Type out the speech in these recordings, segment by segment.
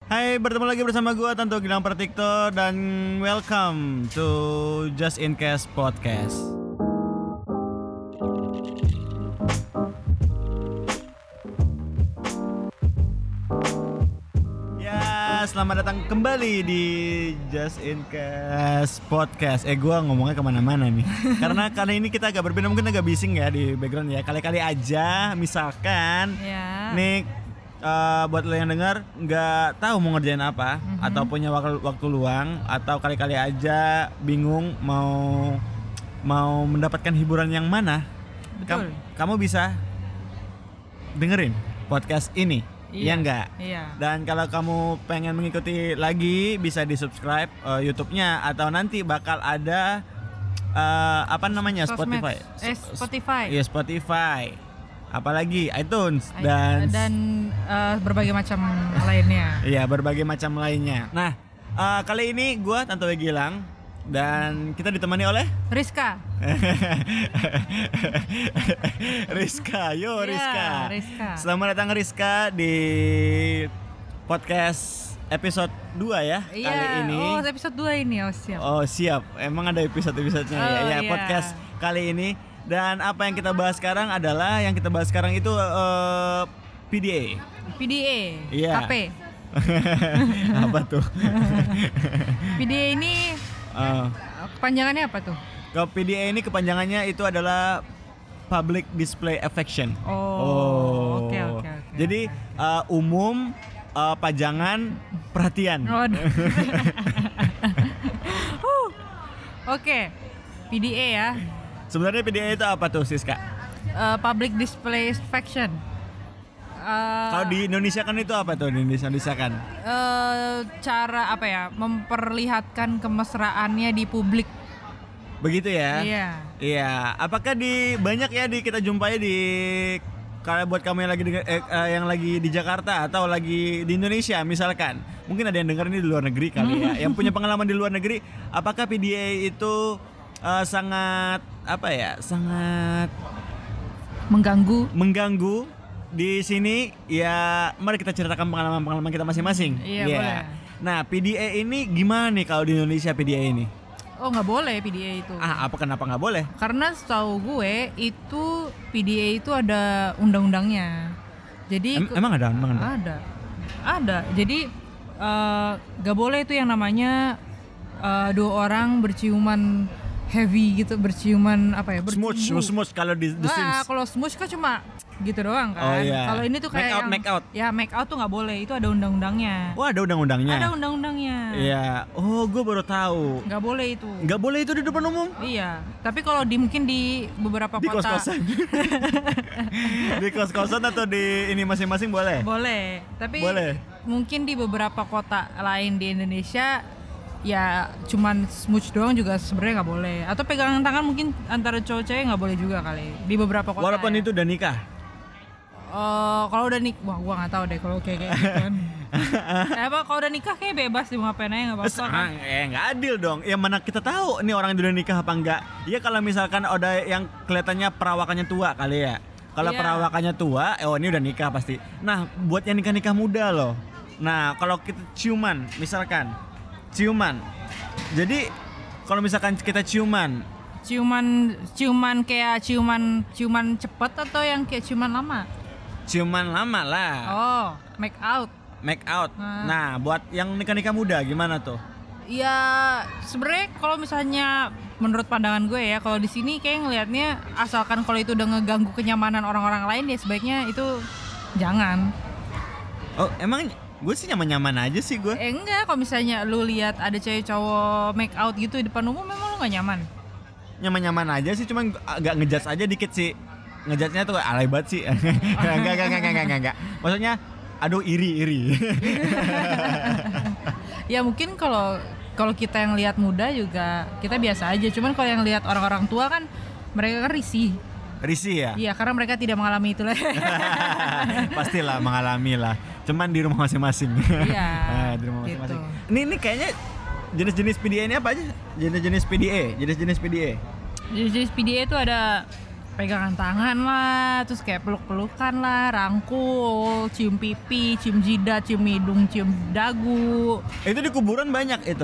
Hai, bertemu lagi bersama gue Tanto Gilang Pratikto dan welcome to Just In Case Podcast. Ya, selamat datang kembali di Just In Case Podcast. Gue ngomongnya kemana-mana nih. Karena kali ini kita agak berbeda, mungkin agak bising ya di background ya. Kali-kali aja, misalkan nih. Buat lo yang dengar nggak tahu mau ngerjain apa atau punya waktu luang atau kali-kali aja bingung mau mendapatkan hiburan yang mana, kamu bisa dengerin podcast ini. Iya enggak? Iya. Dan kalau kamu pengen mengikuti lagi bisa di subscribe YouTube-nya atau nanti bakal ada Spotify. Iya, Spotify. Apalagi iTunes dan berbagai macam lainnya. Iya, berbagai macam lainnya. Nah, kali ini gue Tanto Gilang dan kita ditemani oleh Rizka. Rizka. Rizka. Selamat datang Rizka di podcast episode 2 ya. Iya. Kali ini. Oh, episode 2 ini. Siap. Oh, siap. Emang ada episode-episodenya ya. Iya. Podcast kali ini. Dan apa yang kita bahas sekarang adalah itu PDA. Iya. KP. Apa tuh? PDA ini kepanjangannya apa tuh? Kalau PDA ini kepanjangannya itu adalah Public Display Affection. Oke. Jadi umum, pajangan, perhatian. Oke. PDA ya. Sebenarnya PDA itu apa tuh, Siska? Public Display Affection. Kalau di Indonesia kan itu apa tuh di Indonesia kan? Cara apa ya? Memperlihatkan kemesraannya di publik. Begitu ya? Iya. Apakah banyak ya kita jumpai di kalau buat kamu yang lagi di Jakarta atau lagi di Indonesia misalkan, mungkin ada yang dengar ini di luar negeri kali ya, yang punya pengalaman di luar negeri, apakah PDA itu sangat mengganggu di sini ya. Mari kita ceritakan pengalaman kita masing-masing. Iya. Boleh. Nah, PDA ini gimana nih kalau di Indonesia PDA ini? Oh, nggak boleh PDA itu. Kenapa nggak boleh? Karena setahu gue itu PDA itu ada undang-undangnya. Jadi emang ada? Ada. Jadi nggak boleh itu yang namanya dua orang berciuman heavy gitu, berciuman smooch kalau di The Sims. Kalau smooch kan cuma gitu doang kan. Oh, iya. Kalau ini tuh kayak make out. Ya, make out tuh nggak boleh, itu ada undang-undangnya. Oh, ada undang-undangnya. Ada undang-undangnya. Iya. Oh, gue baru tahu. Nggak boleh itu. Nggak boleh itu di depan umum? Iya. Tapi kalau mungkin di beberapa di kota. Kos-kosan. Di kos-kosan atau di ini masing-masing boleh? Boleh. Tapi mungkin di beberapa kota lain di Indonesia ya cuman smooch doang juga sebenarnya nggak boleh. Atau pegangan tangan mungkin antara cowok cewek nggak boleh juga kali di beberapa kota. Walaupun itu udah nikah. Kalau udah nikah, gua nggak tahu deh kalau kayak gitu kan. Kalau udah nikah kayak bebas di ngapain aja nggak apa-apa kan? Nggak adil dong. Ya mana kita tahu nih orang udah nikah apa enggak? Ya kalau misalkan ada yang kelihatannya perawakannya tua kali ya. Kalau perawakannya tua, ini udah nikah pasti. Nah, buat yang nikah muda loh. Nah, kalau kita ciuman jadi kalau misalkan kita ciuman kayak ciuman cepet atau yang kayak ciuman lama? Ciuman lama lah. Oh, make out. Nah, buat yang nikah muda gimana tuh? Ya sebenarnya kalau misalnya menurut pandangan gue ya, kalau di sini kayak ngelihatnya asalkan kalau itu udah ngeganggu kenyamanan orang-orang lain ya sebaiknya itu jangan. Oh, emang gue sih nyaman-nyaman aja sih gue. Enggak, kalau misalnya lu lihat ada cewek cowok make out gitu di depan umum, memang lu nggak nyaman? Nyaman-nyaman aja sih, cuman agak ngejudge aja dikit sih. Ngejudge-nya tuh alay banget sih. Enggak. Maksudnya, aduh iri. Ya mungkin kalau kita yang lihat muda juga kita biasa aja. Cuman kalau yang lihat orang-orang tua kan mereka kan risih ya? Iya, karena mereka tidak mengalami itu lah. Pastilah mengalami lah. Cuman di rumah masing-masing. Iya. Di rumah gitu. masing-masing. Ini kayaknya jenis-jenis PDA ini apa aja? Jenis-jenis PDA. Jenis PDA itu ada pegangan tangan lah, terus kayak peluk-pelukan lah, rangkul, cium pipi, cium jidat, cium hidung, cium dagu. Itu di kuburan banyak itu.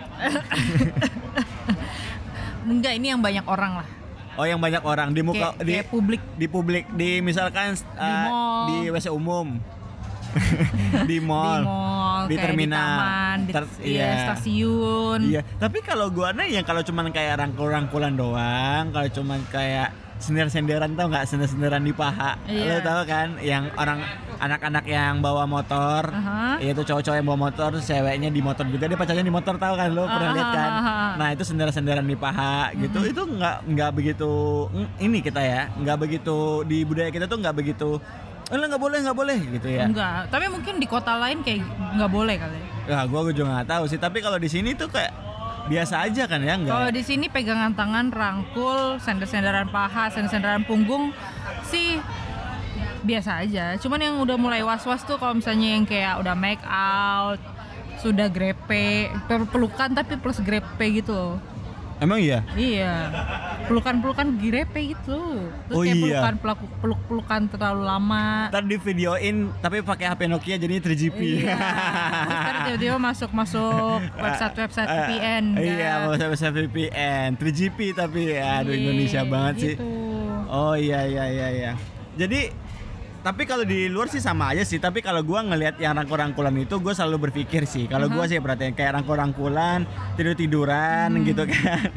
Enggak, ini yang banyak orang lah. Oh, yang banyak orang di muka kayak publik. Di publik, di misalkan mall. di WC umum. Di mall, di terminal, di taman, stasiun. Iya, tapi kalau gua nih yang kalau cuman kayak rangkul-rangkulan doang, kalau cuman kayak sender-senderan, tau nggak, sender-senderan di paha, lo tau kan, yang orang anak-anak yang bawa motor, itu cowok-cowok yang bawa motor, terus ceweknya di motor juga, dia pacarnya di motor, tau kan, lo pernah lihat kan? Nah itu sender-senderan di paha gitu, itu nggak begitu ini kita ya, nggak begitu di budaya kita tuh nggak begitu. Nggak boleh gitu ya. Enggak, tapi mungkin di kota lain kayak nggak boleh kali. Ya, gue juga nggak tahu sih. Tapi kalau di sini tuh kayak biasa aja kan ya, nggak? Kalau di sini pegangan tangan, rangkul, sender-senderan paha, sender-senderan punggung sih biasa aja. Cuman yang udah mulai was-was tuh kalau misalnya yang kayak udah make out, sudah grepe, pelukan tapi plus grepe gitu loh. Emang iya? Iya. Pelukan-pelukan grepe gitu. Terus kayak pelukan terlalu lama. Ntar di videoin tapi pakai HP Nokia jadinya 3GP. Iya. Terus tiba-tiba masuk website VPN. Iya, website VPN 3GP tapi aduh Indonesia banget gitu. Sih. Oh iya. Jadi tapi kalau di luar sih sama aja sih. Tapi kalau gue ngelihat yang rangkul-rangkulan itu, gue selalu berpikir sih. Kalau gue sih perhatiin kayak rangkul-rangkulan, tidur-tiduran gitu kan.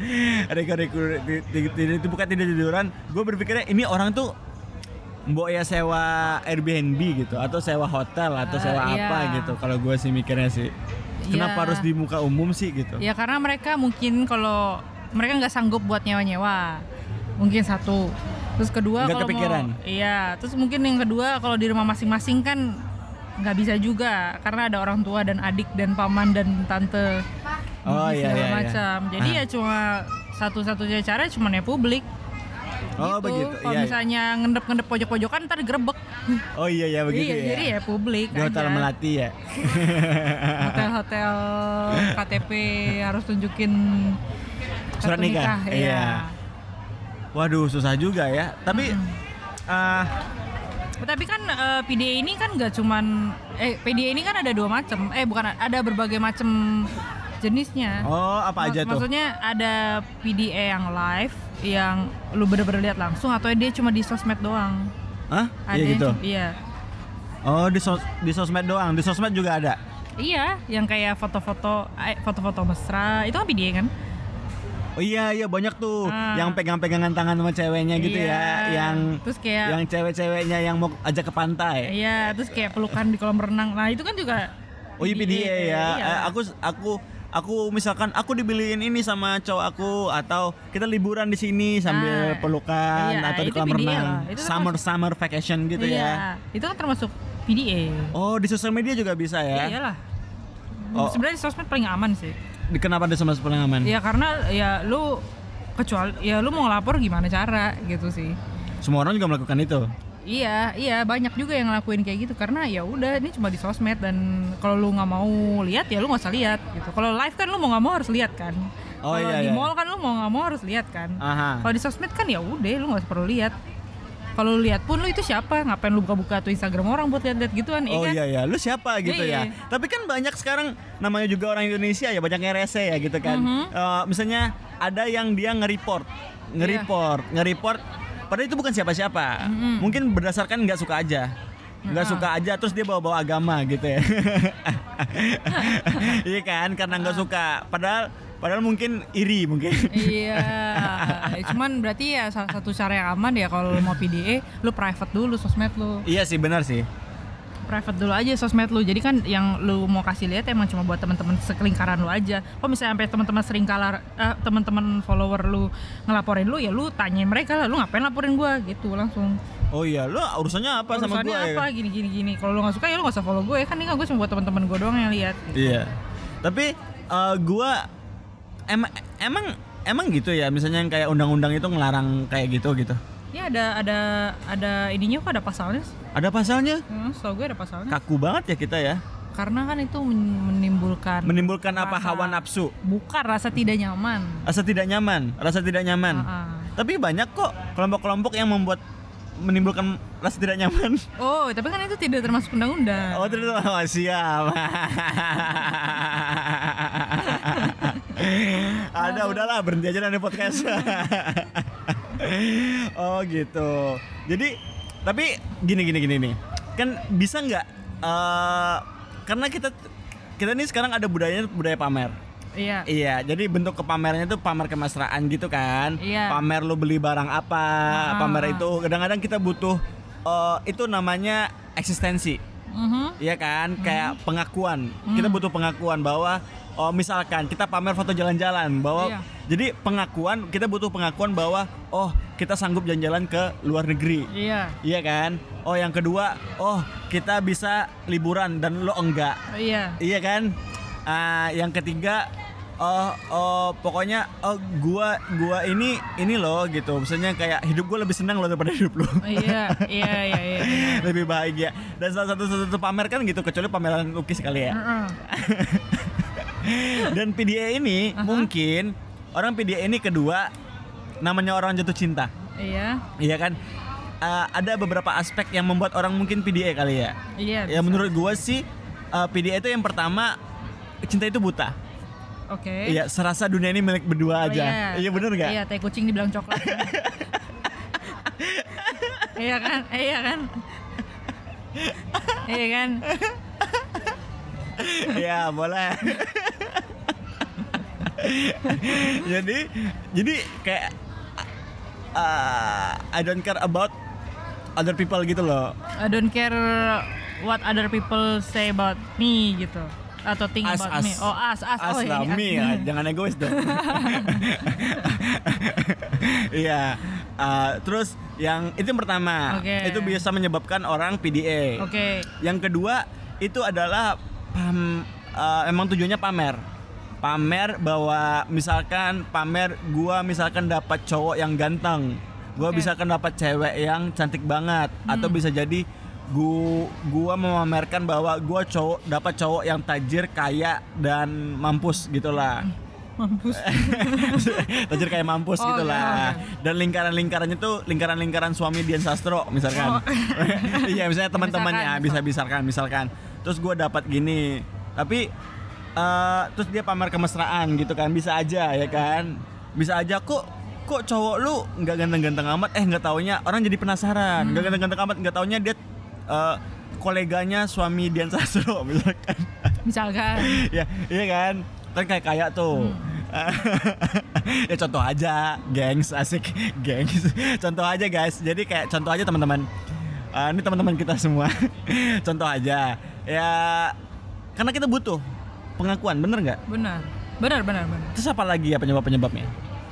Itu bukan tidur-tiduran. Gue berpikirnya ini orang tuh mbok ya sewa Airbnb gitu, atau sewa hotel, atau sewa apa gitu. Kalau gue sih mikirnya sih, kenapa harus di muka umum sih gitu? Ya karena mereka mungkin kalau mereka nggak sanggup buat nyewa-nyewa, mungkin satu. Terus kedua kalau mau, terus mungkin yang kedua kalau di rumah masing-masing kan nggak bisa juga karena ada orang tua dan adik dan paman dan tante, segala macam. Jadi ya cuma satu-satunya cara cuma ya publik. Oh gitu. begitu. Kalau misalnya ngendep pojok-pojokan ntar digerebek. Oh iya begitu ya. Jadi ya publik di hotel aja. Melati ya. Hotel KTP harus tunjukin surat nikah. Iya. Waduh, susah juga ya. Tapi tapi kan PDA ini kan nggak cuman PDA ini kan ada dua macam. Ada berbagai macam jenisnya. Oh, apa aja tuh? Maksudnya ada PDA yang live yang lu bener-bener lihat langsung, atau dia cuma di sosmed doang. Hah? Ada iya gitu. Iya. Oh, di sosmed doang. Di sosmed juga ada. Iya, yang kayak foto-foto mesra, itu kan PDA kan? Oh iya banyak tuh yang pegang-pegangan tangan sama ceweknya gitu ya, yang terus kayak yang cewek-ceweknya yang mau ajak ke pantai. Iya, terus kayak pelukan di kolam renang. Nah, itu kan juga PDA ya. Iya. Aku misalkan aku dibeliin ini sama cowok aku, atau kita liburan di sini sambil pelukan atau di kolam renang. Summer vacation gitu ya. Itu kan termasuk PDA. Oh, di sosial media juga bisa ya? Iyalah. Sebenarnya di sosmed paling aman sih. Kenapa ada sama paling aman? Ya karena ya lu mau ngelapor gimana cara gitu sih. Semua orang juga melakukan itu. Iya banyak juga yang ngelakuin kayak gitu karena ya udah ini cuma di sosmed, dan kalau lu nggak mau lihat ya lu nggak usah lihat gitu. Kalau live kan lu mau nggak mau harus lihat kan. Kalau di mall kan lu mau nggak mau harus lihat kan. Kalau di sosmed kan ya udah lu nggak perlu lihat. Kalau lu lihat pun lu itu siapa? Ngapain lu buka-buka tuh Instagram orang buat lihat-lihat gituan? Iya, lu siapa gitu ya. Tapi kan banyak sekarang namanya juga orang Indonesia ya, banyak yang rese ya gitu kan. Misalnya ada yang dia nge-report, padahal itu bukan siapa-siapa. Mungkin berdasarkan nggak suka aja, terus dia bawa-bawa agama gitu ya. Iya kan, karena nggak suka. Padahal mungkin iri mungkin. Iya. Cuman berarti ya salah satu cara yang aman ya kalau mau PDA, lu private dulu sosmed lu. Iya sih, benar sih. Private dulu aja sosmed lu. Jadi kan yang lu mau kasih lihat emang cuma buat teman-teman sekelingkaran lu aja. Kalau misalnya sampai teman-teman follower lu ngelaporin lu, ya lu tanyain mereka lah, lu ngapain laporin gua gitu langsung. Oh iya, lu urusannya apa sama gua? Urusannya apa? Ya? Gini. Kalau lu nggak suka ya lu nggak usah follow gue. Kan ini kan gue cuma buat teman-teman gue doang yang lihat. Gitu. Iya. Tapi gua emang gitu ya, misalnya yang kayak undang-undang itu ngelarang kayak gitu. Ya ada ininya kok, ada pasalnya. Ada pasalnya? Setahu gue ada pasalnya. Kaku banget ya kita ya. Karena kan itu menimbulkan apa, hawa nafsu? Bukan, rasa tidak nyaman. Rasa tidak nyaman. Tapi banyak kok kelompok-kelompok yang menimbulkan rasa tidak nyaman. Oh, tapi kan itu tidak termasuk undang-undang. Oh, tidak. Oh, siap. Udahlah berhenti aja dari podcast. Oh gitu. Jadi tapi gini nih. Kan bisa nggak? Karena kita nih sekarang ada budaya pamer. Iya, jadi bentuk kepamerannya tuh pamer kemesraan gitu kan. Iya. Pamer lo beli barang apa, pamer itu kadang-kadang kita butuh itu namanya eksistensi. Iya kan, kayak pengakuan. Kita butuh pengakuan bahwa misalkan kita pamer foto jalan-jalan bahwa jadi kita butuh pengakuan bahwa kita sanggup jalan-jalan ke luar negeri. Iya kan? Yang kedua, kita bisa liburan dan lo enggak. Iya kan? Yang ketiga, pokoknya gua ini loh gitu. Maksudnya kayak hidup gua lebih senang loh daripada hidup lo. Iya. Lebih bahagia. Dan salah satu pamer kan gitu, kecuali pameran lukis kali ya. Dan PDA ini mungkin orang PDA ini kedua namanya orang jatuh cinta. Iya kan? Ada beberapa aspek yang membuat orang mungkin PDA kali ya. Ya menurut gua sih PDA itu yang pertama, cinta itu buta. Oke. Iya, serasa dunia ini milik berdua aja. Iya benar enggak? Iya, teh kucing dibilang coklat. Iya kan? Iya, boleh. jadi kayak I don't care about other people gitu loh. I don't care what other people say about me gitu. Atau think about me. As lah, me ya. Jangan egois dong. Iya. Terus yang itu yang pertama, itu bisa menyebabkan orang PDA. Yang kedua itu adalah emang tujuannya pamer bahwa misalkan gua misalkan dapat cowok yang ganteng, gua misalkan dapat cewek yang cantik banget, atau bisa jadi gua memamerkan bahwa gua dapat cowok yang tajir, kaya dan mampus gitulah. Tajir kayak mampus gitulah. Dan lingkarannya tuh lingkaran suami Dian Sastro misalkan. Iya, misalnya teman-temannya misalkan. Terus gua dapat gini. Tapi terus dia pamer kemesraan gitu kan, bisa aja ya kan, bisa aja kok cowok lu nggak ganteng-ganteng amat, nggak taunya orang jadi penasaran, nggak ganteng-ganteng amat, nggak taunya dia koleganya suami Dian Sastro misalkan. Ya iya kan kayak tuh. Ya contoh aja, gengs, asik gengs. Contoh aja guys, jadi kayak contoh aja teman-teman. Ini teman-teman kita semua. Contoh aja ya, karena kita butuh pengakuan, bener nggak? Benar. Terus apa lagi ya penyebabnya?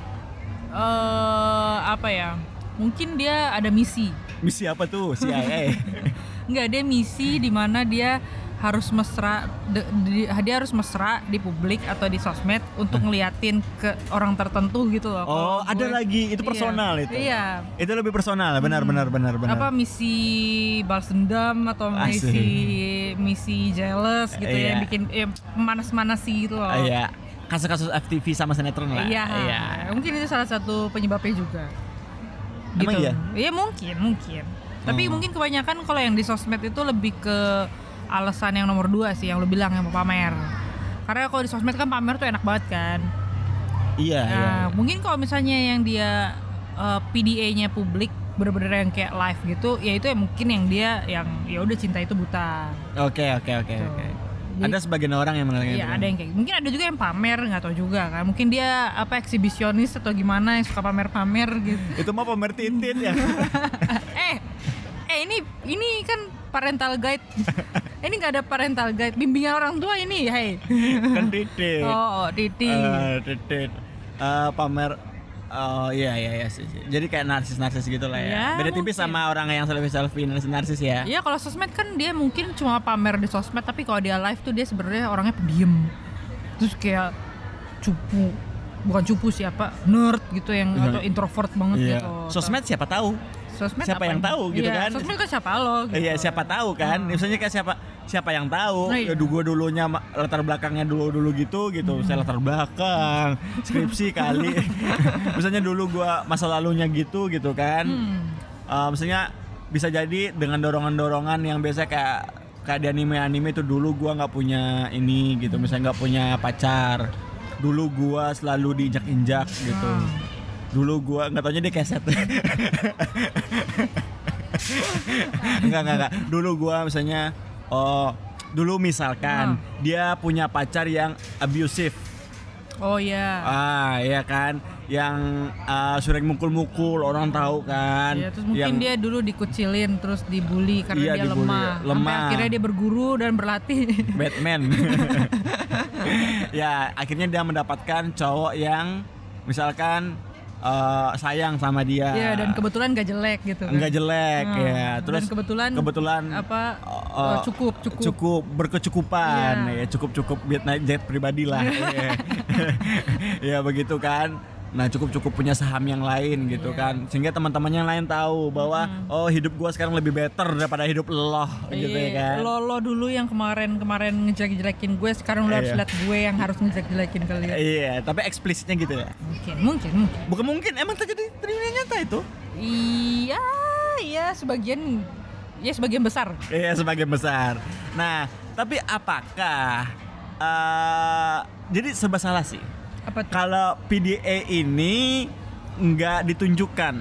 Apa ya? Mungkin dia ada misi. Misi apa tuh? CIA? Enggak, dia misi di mana dia harus mesra di publik atau di sosmed untuk ngeliatin ke orang tertentu gitu loh. Ada lagi, itu personal. Iya. Itu lebih personal, benar. Apa misi balas dendam atau misi jealous gitu ya, bikin manas-manasi gitu loh. Iya. Kasus-kasus FTV sama sinetron lah. Iya. Mungkin itu salah satu penyebabnya juga. Emang gitu. Iya? Iya mungkin. Tapi mungkin kebanyakan kalau yang di sosmed itu lebih ke alasan yang nomor 2 sih, yang lu bilang, yang mau pamer. Karena kalau di sosmed kan pamer tuh enak banget kan. Iya. Mungkin kalau misalnya yang dia PDA-nya publik, bener-bener yang kayak live gitu, ya itu ya mungkin yang dia yang ya udah cinta itu buta. Oke. Ada sebagian orang yang mengalami itu. Iya, ada yang kayak. Mungkin ada juga yang pamer, nggak tahu juga kan. Mungkin dia eksibisionis atau gimana, yang suka pamer-pamer gitu. Itu mah pamer titit ya. Ini kan parental guide. Ini nggak ada parental guide, bimbingan orang tua ini, Kan titit. Titit. Pamer. Iya sih. Jadi kayak narsis gitu lah ya. Beda tipis sama orang yang selfie narsis ya. Iya, kalau sosmed kan dia mungkin cuma pamer di sosmed, tapi kalau dia live tuh dia sebenarnya orangnya pendiam. Terus kayak bukan cupu siapa, nerd gitu yang atau introvert banget gitu. Sosmed siapa tahu? Siapa yang tahu gitu kan? Sosmed kan siapa lo? Gitu. Iya, siapa tahu kan? Misalnya kayak siapa yang tahu? Iya. Ya gue dulunya latar belakangnya dulu gitu. Saya latar belakang, skripsi kali. Misalnya dulu gue masa lalunya gitu kan. Misalnya bisa jadi dengan dorongan-dorongan yang biasa kayak di anime itu dulu gue nggak punya ini gitu. Misalnya nggak punya pacar. Dulu gue selalu diinjak-injak gitu. Dulu gue nggak taunya dia keset. Enggak. Dulu gua misalnya dulu misalkan dia punya pacar yang abusive. Oh iya. Iya kan, yang sering mukul-mukul, orang tahu kan. Iya, terus mungkin dia dulu dikucilin terus dibully karena dia lemah. Sampai akhirnya dia berguru dan berlatih. Batman. Ya, akhirnya dia mendapatkan cowok yang misalkan sayang sama dia. Iya, dan kebetulan gak jelek gitu kan. Enggak jelek ya. Terus dan kebetulan apa cukup berkecukupan ya, cukup buat naik jet pribadi lah. Ya begitu kan. Nah, cukup punya saham yang lain gitu kan. Sehingga teman-teman yang lain tahu bahwa hidup gua sekarang lebih better daripada hidup lo gitu ya kan. Lo dulu yang kemarin ngejelek-jelekin gue, sekarang lo harus lihat gue yang harus ngejelek-jelekin kalian. Iya, tapi eksplisitnya gitu ya. Mungkin. Bukan mungkin, emang terjadi nyata itu. Iya, sebagian besar. Iya, sebagian besar. Nah, tapi apakah jadi serba salah sih? Kalau PDA ini nggak ditunjukkan.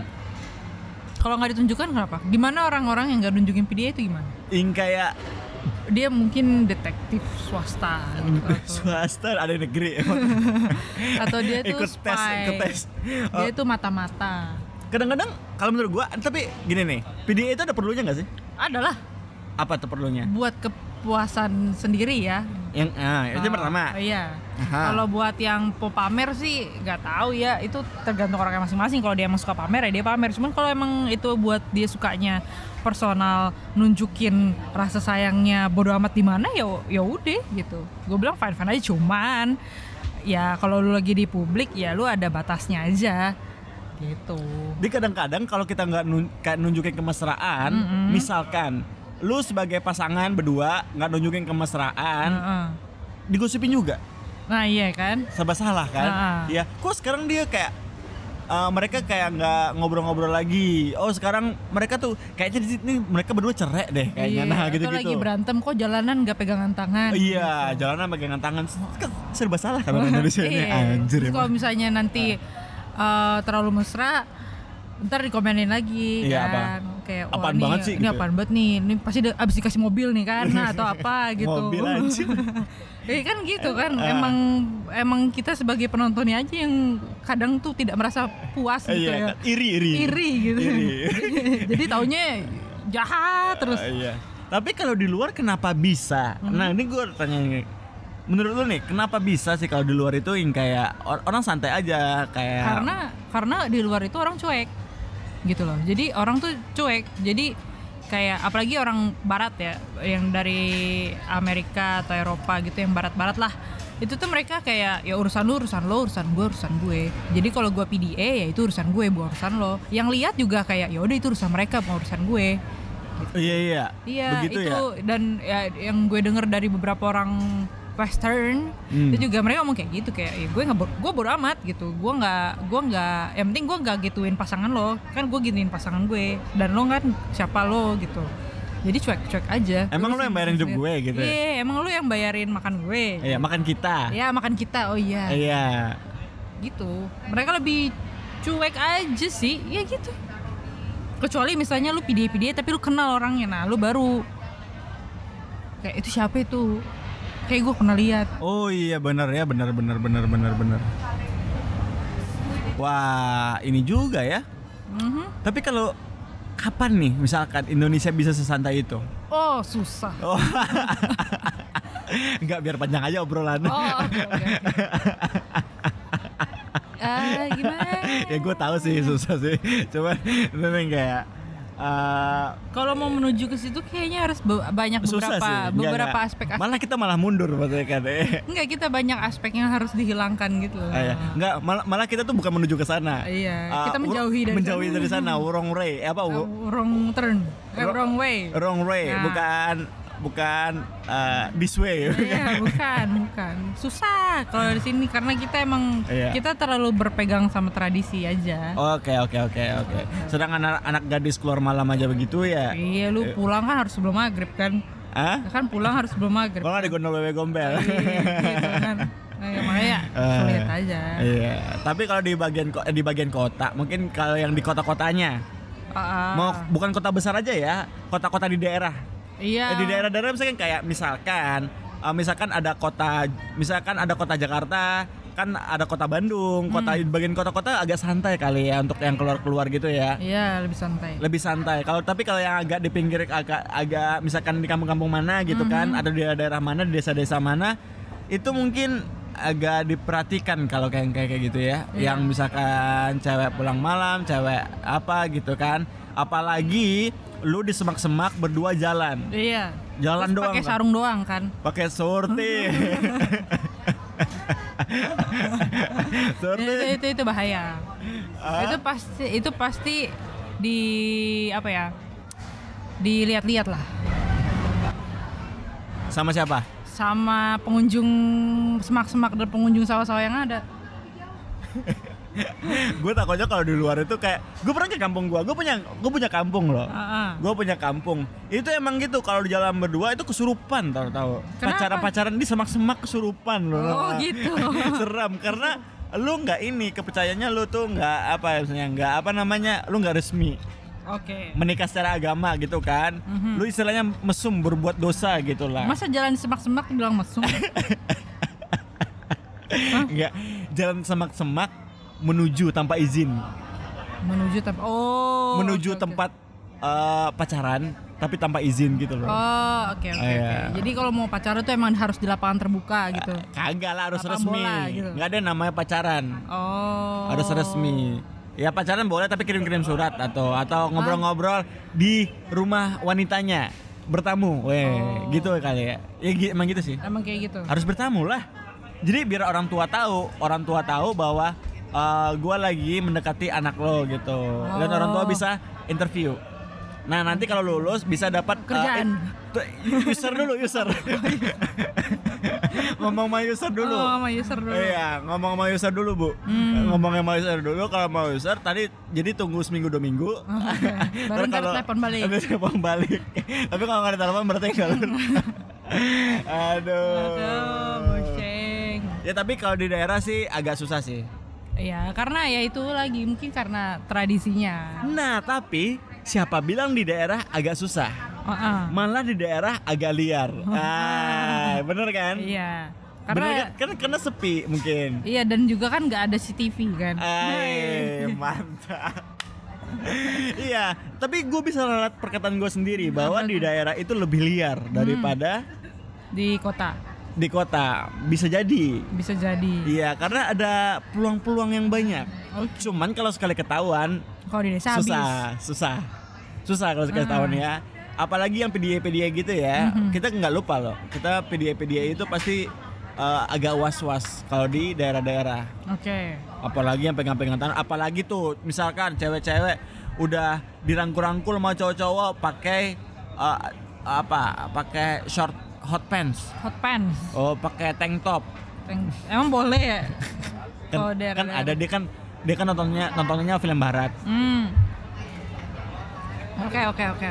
Kalau nggak ditunjukkan kenapa? Gimana orang-orang yang nggak nunjukin PDA itu gimana? Kayak dia mungkin detektif swasta. Swasta ada di negeri. Atau dia tuh ikut spy. tes. Dia tuh mata-mata. Kadang-kadang kalau menurut gua, tapi gini nih, PDA itu ada perlunya nggak sih? Adalah. Apa tuh perlunya? Buat kepuasan sendiri ya. Itu pertama. Iya. Kalau buat yang pamer sih nggak tahu ya, itu tergantung orangnya masing-masing. Kalau dia emang suka pamer ya dia pamer. Cuman kalau emang itu buat dia sukanya personal, nunjukin rasa sayangnya bodo amat di mana ya udah gitu. Gue bilang fine aja, cuman ya kalau lu lagi di publik ya lu ada batasnya aja gitu. Jadi kadang-kadang kalau kita nggak nunjukin kemesraan, misalkan lu sebagai pasangan berdua nggak nunjukin kemesraan, digosipin juga. Nah iya kan, serba salah kan. Ya, kok sekarang dia kayak mereka kayak nggak ngobrol-ngobrol lagi. Oh sekarang mereka tuh kayaknya di sini mereka berdua cerai deh kayaknya. Nah gitu-gitu. Lagi berantem kok jalanan nggak pegangan tangan. Iya, gitu. Jalanan pegangan tangan. Kan serba salah kan orang Indonesia ini. Anjir. Kalau misalnya nanti terlalu mesra, ntar dikomenin lagi kan. Kayak apaan banget sih? Ini gitu. Apaan banget nih? Ini pasti abis dikasih mobil nih kan, atau apa gitu. Mobil anjir. Kan gitu kan. Emang kita sebagai penontonnya aja yang kadang tuh tidak merasa puas gitu ya. Iri gitu. Jadi taunya jahat terus. Tapi kalau di luar kenapa bisa? Nah ini gue tanya, menurut lu nih kenapa bisa sih kalau di luar itu yang kayak orang santai aja kayak? Karena di luar itu orang cuek gitu loh. Jadi orang tuh cuek. Jadi kayak apalagi orang barat ya, yang dari Amerika atau Eropa gitu, yang barat-barat lah, itu tuh mereka kayak ya urusan lu urusan lo, urusan gue. Jadi kalau gue PDA ya itu urusan gue, bukan urusan lo. Yang lihat juga kayak ya udah itu urusan mereka, bukan urusan gue gitu. Iya begitu itu ya? Dan ya yang gue denger dari beberapa orang Western itu juga mereka ngomong kayak gitu, kayak ya gue bodo amat gitu. Gue nggak yang penting gue nggak gituin pasangan lo, kan gue gituin pasangan gue, dan lo kan siapa lo gitu. Jadi cuek aja. Emang lo yang bayarin hidup gue gitu? Iya, emang lo yang bayarin makan gue. Iya, makan kita. Iya, makan kita. Oh iya. Iya. Gitu. Mereka lebih cuek aja sih, ya gitu. Kecuali misalnya lu PDA tapi lu kenal orangnya, nah lu baru kayak itu siapa itu? Kayak gue pernah lihat. Oh iya benar. Wah ini juga ya. Tapi kalau kapan nih misalkan Indonesia bisa sesantai itu? Oh susah. Enggak, biar panjang aja obrolan. Okay. Gimana? Ya gue tahu sih susah sih. Cuman memang kayak kalau mau menuju ke situ kayaknya harus banyak beberapa aspek. Malah kita mundur maksudnya kan. Enggak, kita banyak aspek yang harus dihilangkan gitu. Enggak, malah kita tuh bukan menuju ke sana. Iya, kita menjauhi dari sana. Wrong way. Wrong turn. Wrong way. Nah. Bukan this way. Iya, bukan. Susah kalau di sini karena kita emang kita terlalu berpegang sama tradisi aja. Oke. Sedangkan anak gadis keluar malam aja begitu ya. Iya, lu pulang kan harus sebelum maghrib kan. Kan pulang harus sebelum maghrib. Kalau nggak digondol bebek gombel. Gitu kan. Makanya sulit aja. Iya. Tapi kalau di bagian kota, mungkin kalau yang di kota-kotanya, mau bukan kota besar aja ya, kota-kota di daerah. Iya. Di daerah-daerah misalkan ada kota Jakarta, kan ada kota Bandung, di bagian kota-kota agak santai kali ya untuk yang keluar-keluar gitu ya. Iya, lebih santai. Tapi kalau yang agak di pinggir agak misalkan di kampung-kampung mana gitu kan, ada di daerah mana, di desa-desa mana, itu mungkin agak diperhatikan kalau kayak gitu ya. Yang misalkan cewek pulang malam, cewek apa gitu kan. Apalagi lu di semak-semak berdua jalan. Iya. Jalan doang. Pakai sarung doang kan. Pakai sorti. Itu bahaya. Itu pasti dilihat-lihat lah. Sama siapa? Sama pengunjung semak-semak dan pengunjung sawah-sawah yang ada. Gue takutnya kalau di luar itu kayak gue pernah ke kampung gue punya kampung loh. Gue punya kampung itu emang gitu, kalau di jalan berdua itu kesurupan, tahu pacaran di semak-semak kesurupan loh. Oh gitu. Seram karena lu nggak kepercayaannya lu tuh nggak lu nggak resmi. Oke. Menikah secara agama gitu kan. Lu istilahnya mesum, berbuat dosa gitu lah. Masa jalan di semak-semak bilang mesum? Enggak, jalan semak-semak menuju tanpa izin. Menuju tempat pacaran tapi tanpa izin gitu loh. Oke. Jadi kalau mau pacaran tuh emang harus di lapangan terbuka gitu. Kagak lah, harus resmi. Gitu. Nggak ada namanya pacaran. Harus resmi. Ya pacaran boleh tapi kirim-kirim surat atau ngobrol-ngobrol di rumah wanitanya, bertamu, gitu kali ya. Ya emang gitu sih. Emang kayak gitu. Harus bertamu lah. Jadi biar orang tua tahu bahwa gue lagi mendekati anak lo gitu. Dan orang tua bisa interview. Nah nanti kalau lulus bisa dapat kerjaan. User. Ngomong sama user dulu. Iya, ngomong sama user dulu, Bu. Ngomong sama user dulu. Kalau mau user tadi jadi tunggu seminggu 2 minggu. Baru telepon balik. Tapi kalau nggak ada telepon berarti enggak. Aduh, boceng. Ya tapi kalau di daerah sih agak susah sih. Iya, karena ya itu lagi mungkin karena tradisinya. Nah, tapi siapa bilang di daerah agak susah? Malah di daerah agak liar. Bener kan? Iya. Karena sepi mungkin. Iya, dan juga kan nggak ada CCTV kan. Mantap. Iya, tapi gue bisa lihat perkataan gue sendiri bahwa di daerah itu lebih liar daripada di kota. Di kota bisa jadi. Iya, karena ada peluang-peluang yang banyak. Cuman kalau sekali ketahuan, kalau di desa susah kalau sekali ketahuan ya. Apalagi yang PDA gitu ya. Kita nggak lupa loh. Kita PDA itu pasti agak was-was kalau di daerah-daerah. Oke. Apalagi yang pegang-pegang tangan. Apalagi tuh misalkan cewek-cewek udah dirangkul-rangkul sama cowok-cowok pakai pakai hot pants. Oh, pakai tank top. Emang boleh ya? kan ada dia kan nontonnya film barat. Oke.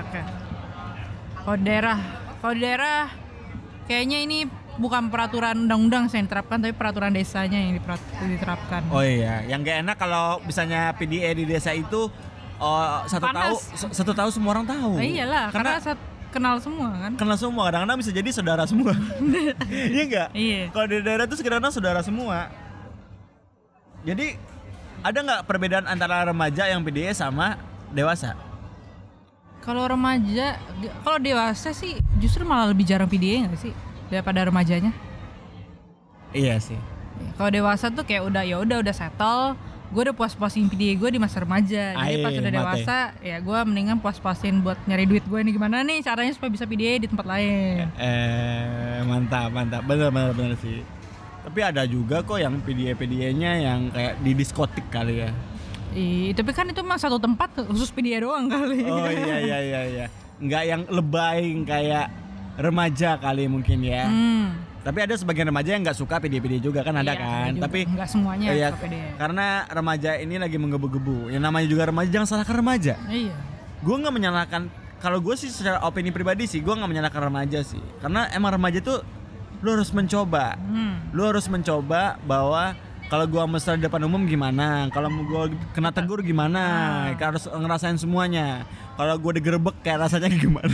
Kalau daerah kayaknya ini bukan peraturan undang-undang yang diterapkan, tapi peraturan desanya yang diterapkan. Oh iya, yang gak enak kalau misalnya PDA di desa itu satu tahu semua orang tahu. Iyalah, karena kenal semua kan. Kadang-kadang bisa jadi saudara semua. Iya enggak? Iya. Kalau di daerah itu kadang-kadang saudara semua. Jadi ada nggak perbedaan antara remaja yang PDA sama dewasa? Kalau dewasa sih justru malah lebih jarang PDA nggak sih daripada remajanya? Iya sih. Kalau dewasa tuh kayak udah settle. Gue udah puas-puasin PDA gue di masa remaja. Jadi pas udah dewasa ya gue mendingan puas-puasin buat nyari duit gue nih, gimana nih caranya supaya bisa PDA di tempat lain. Mantap. Bener sih. Tapi ada juga kok yang PDA-nya yang kayak di diskotik kali ya. Tapi kan itu mah satu tempat khusus PDA doang kali. Oh iya. Enggak yang lebay kayak remaja kali mungkin ya. Tapi ada sebagian remaja yang nggak suka PDA juga kan ada kan. Tapi nggak semuanya ya, suka PDA. karena remaja ini lagi menggebu-gebu. Yang namanya juga remaja, jangan salahkan remaja. Iya. Gue nggak menyalahkan. Kalau gue sih secara opini pribadi sih, gue nggak menyalahkan remaja sih. Karena emang remaja tuh lu harus mencoba. Lu harus mencoba bahwa kalau gua mesra di depan umum gimana, kalau gua kena tegur gimana, harus ngerasain semuanya. Kalau gua digerebek kayak rasanya gimana?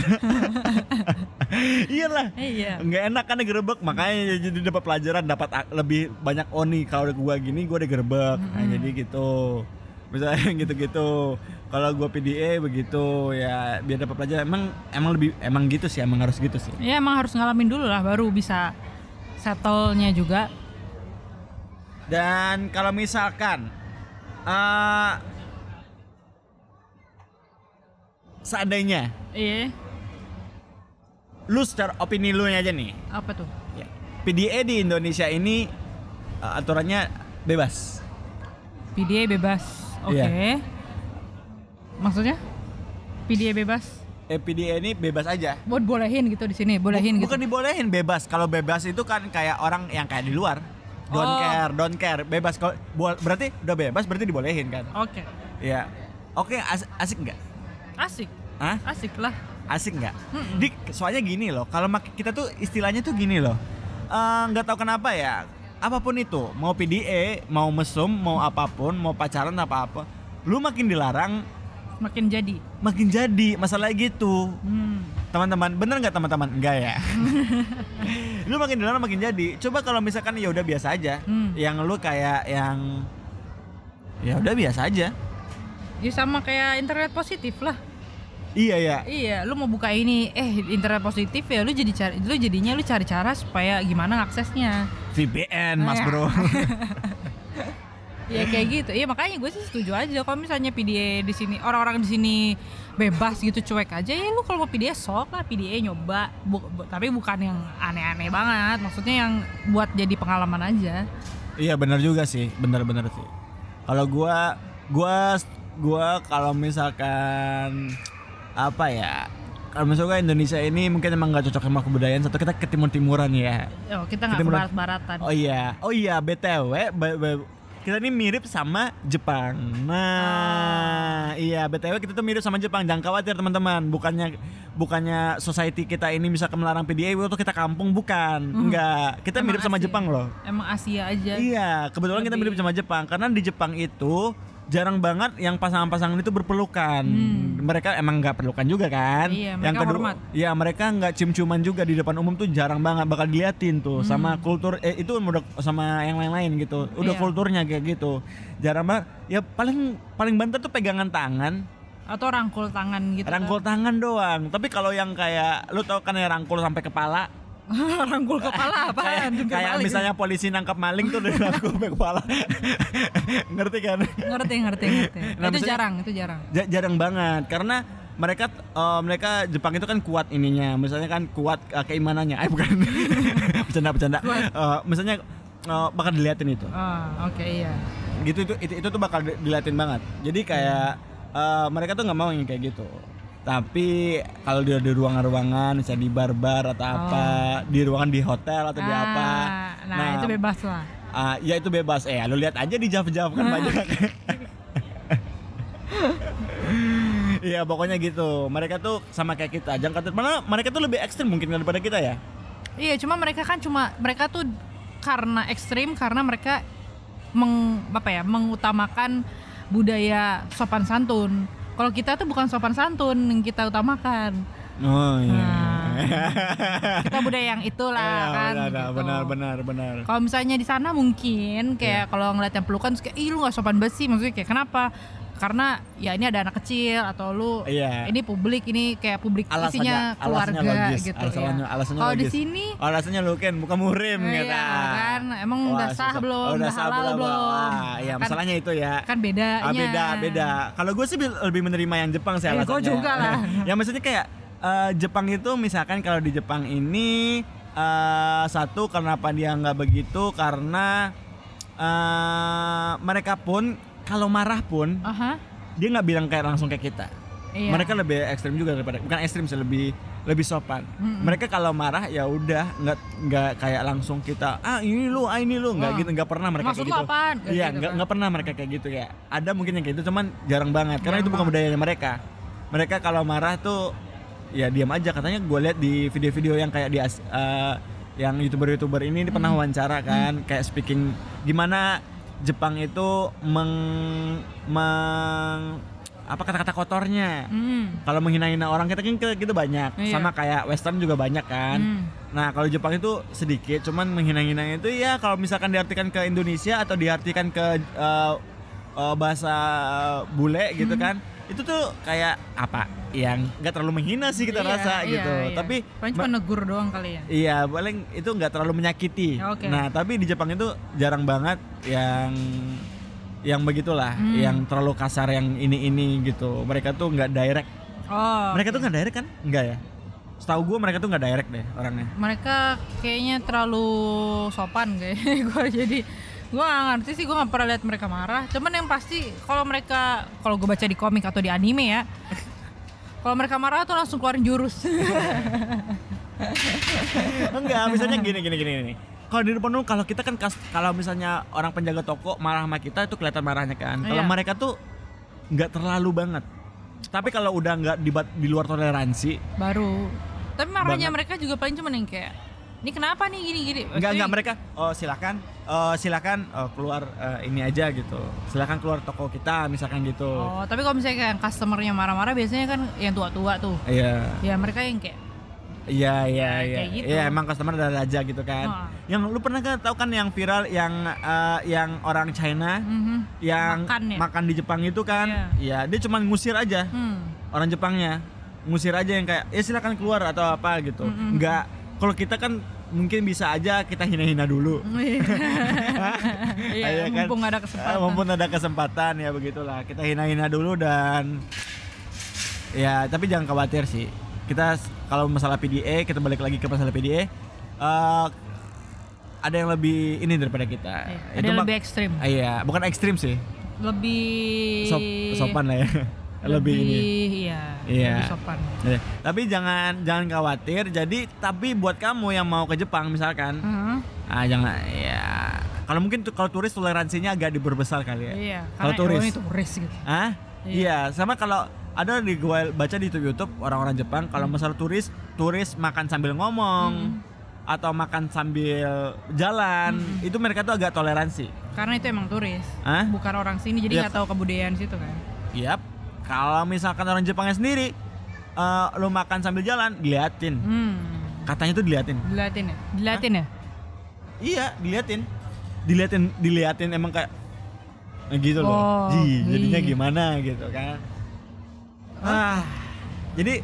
Iyalah. Iya. Nggak enak kan digerebek, makanya jadi dapat pelajaran, dapat lebih banyak oni. Kalau gua gini gua digerebek. Nah, jadi gitu. Misalnya gitu-gitu. Kalau gua PDA begitu ya biar dapat pelajaran. Emang gitu sih, emang harus gitu sih. Ya emang harus ngalamin dulu lah baru bisa settle-nya juga. Dan kalau misalkan seandainya Iya. lu secara opini lu aja nih, Apa tuh? ya, PDA di Indonesia ini aturannya bebas. PDA bebas. Oke. Iya. Maksudnya? PDA bebas? PDA ini bebas aja. Bolehin gitu di sini, bolehin gitu. Bukan dibolehin, bebas. Kalau bebas itu kan kayak orang yang kayak di luar. Don't care, bebas. Kalau berarti udah bebas, berarti dibolehin kan? Oke. Iya. Oke, asik nggak? Asik. Hah? Asik lah. Asik nggak? Soalnya gini loh, kalau kita tuh istilahnya tuh gini loh, nggak tahu kenapa ya, apapun itu, mau PDA, mau mesum, mau apapun, mau pacaran apa-apa, lu makin dilarang, Makin jadi. masalah gitu. Teman-teman, bener nggak teman-teman? Enggak ya. Lu makin dilarang makin jadi. Coba kalau misalkan ya udah biasa aja, yang lu kayak yang ya udah biasa aja. Ya sama kayak internet positif lah. Iya ya. Iya, lu mau buka ini, internet positif ya lu jadinya cari cara supaya gimana aksesnya. VPN, Mas Ya. Bro. Ya kayak gitu. Iya makanya gue sih setuju aja kalau misalnya PDA di sini orang-orang di sini bebas gitu cuek aja ya lu kalau mau PDA sok lah PDA nyoba tapi bukan yang aneh-aneh banget. Maksudnya yang buat jadi pengalaman aja. Iya benar juga sih, benar-benar sih. Kalau gua kalau misalkan apa ya? Kalau misalkan Indonesia ini mungkin emang nggak cocok sama kebudayaan. Satu kita ke timur-timuran ya. Oh, kita nggak ke barat-baratan. Oh iya, BTW kita ini mirip sama Jepang. Nah, iya BTW kita tuh mirip sama Jepang. Jangan khawatir teman-teman. Bukannya society kita ini bisa melarang PDA waktu kita kampung, bukan. Enggak. Kita mirip sama Jepang loh. Emang Asia aja. Iya, kebetulan kita mirip sama Jepang karena di Jepang itu jarang banget yang pasangan-pasangan itu berpelukan. Mereka emang nggak pelukan juga kan. Iya, mereka yang kedua, hormat. ya mereka nggak cium-ciuman juga di depan umum tuh jarang banget bakal diliatin tuh sama kultur itu udah sama yang lain-lain gitu. Udah kulturnya kayak gitu. Jarang banget. Ya paling banter tuh pegangan tangan atau rangkul tangan gitu. Rangkul tangan doang. Tapi kalau yang kayak lu tau kan ya rangkul sampai kepala. Rangkul kepala apaan? Kayak misalnya polisi nangkap maling tuh dari rangkul sampai kepala. Ngerti kan? Ngerti. Nah, itu jarang. Jarang banget karena mereka Jepang itu kan kuat ininya. Misalnya kan kuat keimanannya. Bukan. Bercanda. Misalnya bakal diliatin itu. Oke, iya. Gitu itu tuh bakal diliatin banget. Jadi kayak mereka tuh nggak mau yang kayak gitu. Tapi kalau dia di ruangan-ruangan, misalnya di bar-bar atau apa, di ruangan di hotel atau di apa, nah itu bebas lah. Ya itu bebas. Lu lihat aja di Jav-Jav kan banyak. Iya pokoknya gitu. Mereka tuh sama kayak kita. Jangan kata mana mereka tuh lebih ekstrim mungkin daripada kita ya. Iya, mereka tuh karena ekstrim karena mereka mengutamakan budaya sopan santun. Kalau kita tuh bukan sopan santun yang kita utamakan. Oh iya. Kita budaya yang itulah kan. Benar. Kalau misalnya di sana mungkin kayak kalau ngeliat yang pelukan terus kayak lu nggak sopan banget sih, maksudnya kayak kenapa? Karena ya ini ada anak kecil atau lu ini publik, ini kayak publik isinya keluarga logis, gitu alasannya kalau di sini alasannya lu kan bukan muhrim gitu kan emang udah sah belum, udah halal belum. Iya kan, masalahnya itu ya kan bedanya beda. Kalau gue sih lebih menerima yang Jepang sih alasannya. Gue juga lah. Ya maksudnya kayak Jepang itu misalkan kalau di Jepang ini satu kenapa dia nggak begitu karena mereka pun kalau marah pun dia nggak bilang kayak langsung kayak kita. Mereka lebih ekstrim juga daripada, bukan ekstrim sih, lebih lebih sopan. Mereka kalau marah ya udah nggak kayak langsung kita ini lu nggak gitu, nggak pernah mereka maksud kayak gitu. Apaan? Iya Gitu nggak pernah mereka kayak gitu ya. Ada mungkin yang kayak gitu cuman jarang banget karena itu bukan budayanya mereka. Mereka kalau marah tuh ya diam aja. Katanya gue lihat di video-video yang kayak yang youtuber ini pernah wawancara kan kayak speaking gimana Jepang itu apa kata-kata kotornya. Kalau menghina-hina orang kita kan gitu banyak. Sama kayak western juga banyak kan. Nah, kalau Jepang itu sedikit, cuman menghina-hina itu ya kalau misalkan diartikan ke Indonesia atau diartikan ke bahasa bule gitu kan. Itu tuh kayak apa? Yang enggak terlalu menghina sih kita rasa gitu. Tapi paling cuma negur doang kali ya. Iya, paling itu enggak terlalu menyakiti. Nah, tapi di Jepang itu jarang banget yang begitulah, yang terlalu kasar, yang ini gitu. Mereka tuh nggak direct. Mereka tuh nggak direct kan? Nggak ya? Setahu gue mereka tuh nggak direct deh orangnya. Mereka kayaknya terlalu sopan kayak gue. Jadi gue nggak ngerti sih, gue nggak pernah lihat mereka marah. Cuman yang pasti kalau gue baca di komik atau di anime ya, kalau mereka marah tuh langsung keluarin jurus. Enggak, misalnya gini. Kalau di depan kalau kita kan kalau misalnya orang penjaga toko marah sama kita itu kelihatan marahnya kan. Kalau mereka tuh nggak terlalu banget. Tapi kalau udah nggak di luar toleransi baru. Tapi marahnya mereka juga paling cuma yang kayak ini kenapa nih gini. Enggak mereka silakan keluar ini aja gitu. Silakan keluar toko kita misalkan gitu. Tapi kalau misalnya kayak customernya marah-marah biasanya kan yang tua-tua tuh. Iya. Ya mereka yang kayak Iya. Gitu. Iya, emang customer ada aja gitu kan. Yang lu pernah kan tahu kan yang viral yang orang China yang makan di Jepang itu kan? Iya, dia cuma ngusir aja. Orang Jepangnya ngusir aja yang kayak silakan keluar atau apa gitu. Enggak, kalau kita kan mungkin bisa aja kita hina-hina dulu. Iya, kan? Mumpung ada kesempatan ya begitulah. Kita hina-hina dulu dan ya tapi jangan khawatir sih. Kita kalau masalah PDA, kita balik lagi ke masalah PDA, ada yang lebih ini daripada kita. Ada yang lebih ekstrim. Iya, bukan ekstrim sih. Lebih sopan lah ya. Lebih ini. Iya. Lebih sopan. Tapi jangan khawatir. Jadi tapi buat kamu yang mau ke Jepang misalkan, jangan ya. Kalau mungkin kalau turis toleransinya agak diperbesar kali ya. Iya. Kalau turis gitu. Iya, sama kalau ada di gue baca di YouTube orang-orang Jepang kalau masalah turis makan sambil ngomong atau makan sambil jalan itu mereka tuh agak toleransi karena itu emang turis bukan orang sini jadi nggak tahu kebudayaan situ kan. Kalau misalkan orang Jepangnya sendiri lu makan sambil jalan diliatin. Katanya tuh diliatin ya. Iya, diliatin emang kayak gitu loh. Jadinya gimana gitu kan. Jadi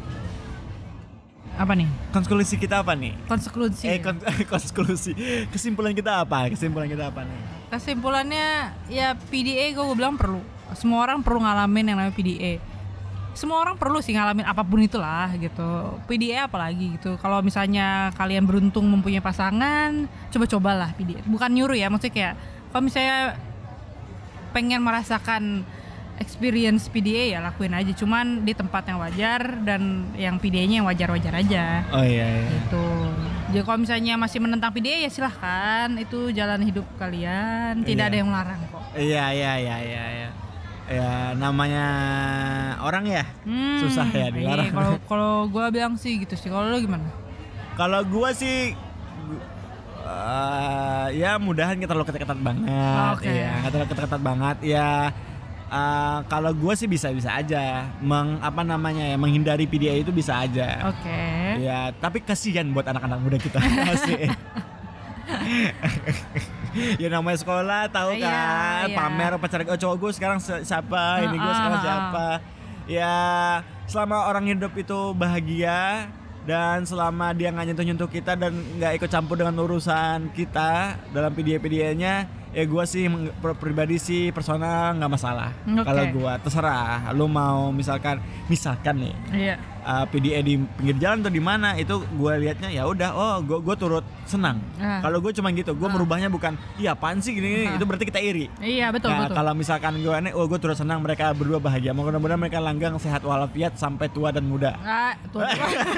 apa nih? Konklusi kita apa nih? Konklusi. Kesimpulan kita apa nih? Kesimpulannya ya PDA gue bilang perlu. Semua orang perlu ngalamin yang namanya PDA. Semua orang perlu sih ngalamin apapun itulah gitu. PDA apalagi gitu. Kalau misalnya kalian beruntung mempunyai pasangan, coba-cobalah PDA. Bukan nyuruh ya, maksudnya kayak kalau misalnya pengen merasakan experience PDA ya lakuin aja, cuman di tempat yang wajar dan yang PDA-nya yang wajar-wajar aja. Iya. Gitu. Jadi kalau misalnya masih menentang PDA ya silahkan, itu jalan hidup kalian, tidak ada yang melarang kok. Iya. Ya namanya orang ya susah ya dilarang. Kalau gue bilang sih gitu sih. Kalau lo gimana? Kalau gue sih ya mudahan kita terlalu ketat-ketat banget. Ya, nggak terlalu ketat-ketat banget ya. Kalau gue sih bisa aja menghindari PDA itu bisa aja. Ya, tapi kasihan buat anak-anak muda kita. Ya namanya sekolah tahu kan, pamer pacar cowok gue sekarang siapa, ini gue sekarang siapa. Ya selama orang hidup itu bahagia dan selama dia nggak nyentuh kita dan nggak ikut campur dengan urusan kita dalam PDA-nya, ya gue sih pribadi sih personal nggak masalah. Kalau gue terserah, lu mau misalkan nih PDA di pinggir jalan atau di mana, itu gue liatnya ya udah, gue turut senang. Kalau gue cuma gitu, gue merubahnya bukan iya apaan sih gini, itu berarti kita iri. Iya betul. Kalau misalkan gue gue turut senang mereka berdua bahagia, mudah-mudahan mereka langgeng sehat walafiat sampai tua dan muda. Tua.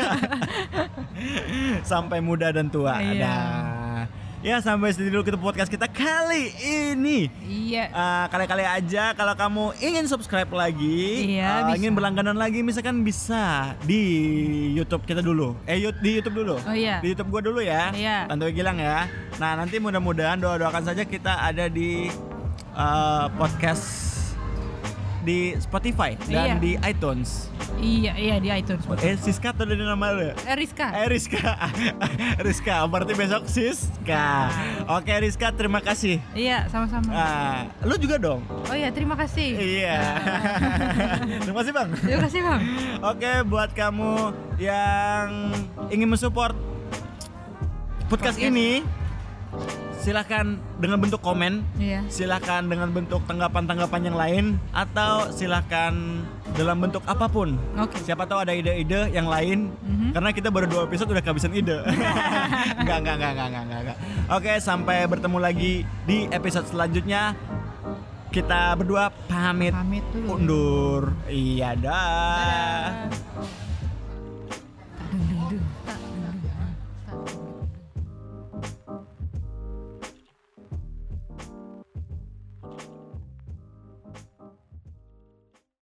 Sampai muda dan tua. Iya. Ya sampai sini dulu kita podcast kita kali ini. Iya. Kali-kali aja kalau kamu ingin subscribe lagi, ingin berlangganan lagi, misalkan bisa di YouTube kita dulu. Di YouTube dulu. Oh iya. Di YouTube gua dulu ya. Iya. Tantowi Gilang ya. Nah nanti mudah-mudahan doakan saja kita ada di podcast di Spotify dan di iTunes. Iya di iTunes. Siska atau dari nama lu? Rizka. Rizka, berarti besok Siska. Oke Rizka, terima kasih. Iya, sama-sama. Lu juga dong. Oh iya, terima kasih. Iya. Terima kasih Bang. Terima kasih Bang. Oke, buat kamu yang ingin mensupport podcast ini, silahkan dengan bentuk komen, silahkan dengan bentuk tanggapan-tanggapan yang lain, atau silahkan dalam bentuk apapun. Siapa tahu ada ide-ide yang lain, karena kita baru 2 episode udah kehabisan ide. Enggak. Oke, sampai bertemu lagi di episode selanjutnya. Kita berdua pamit dulu. undur. Iya dah.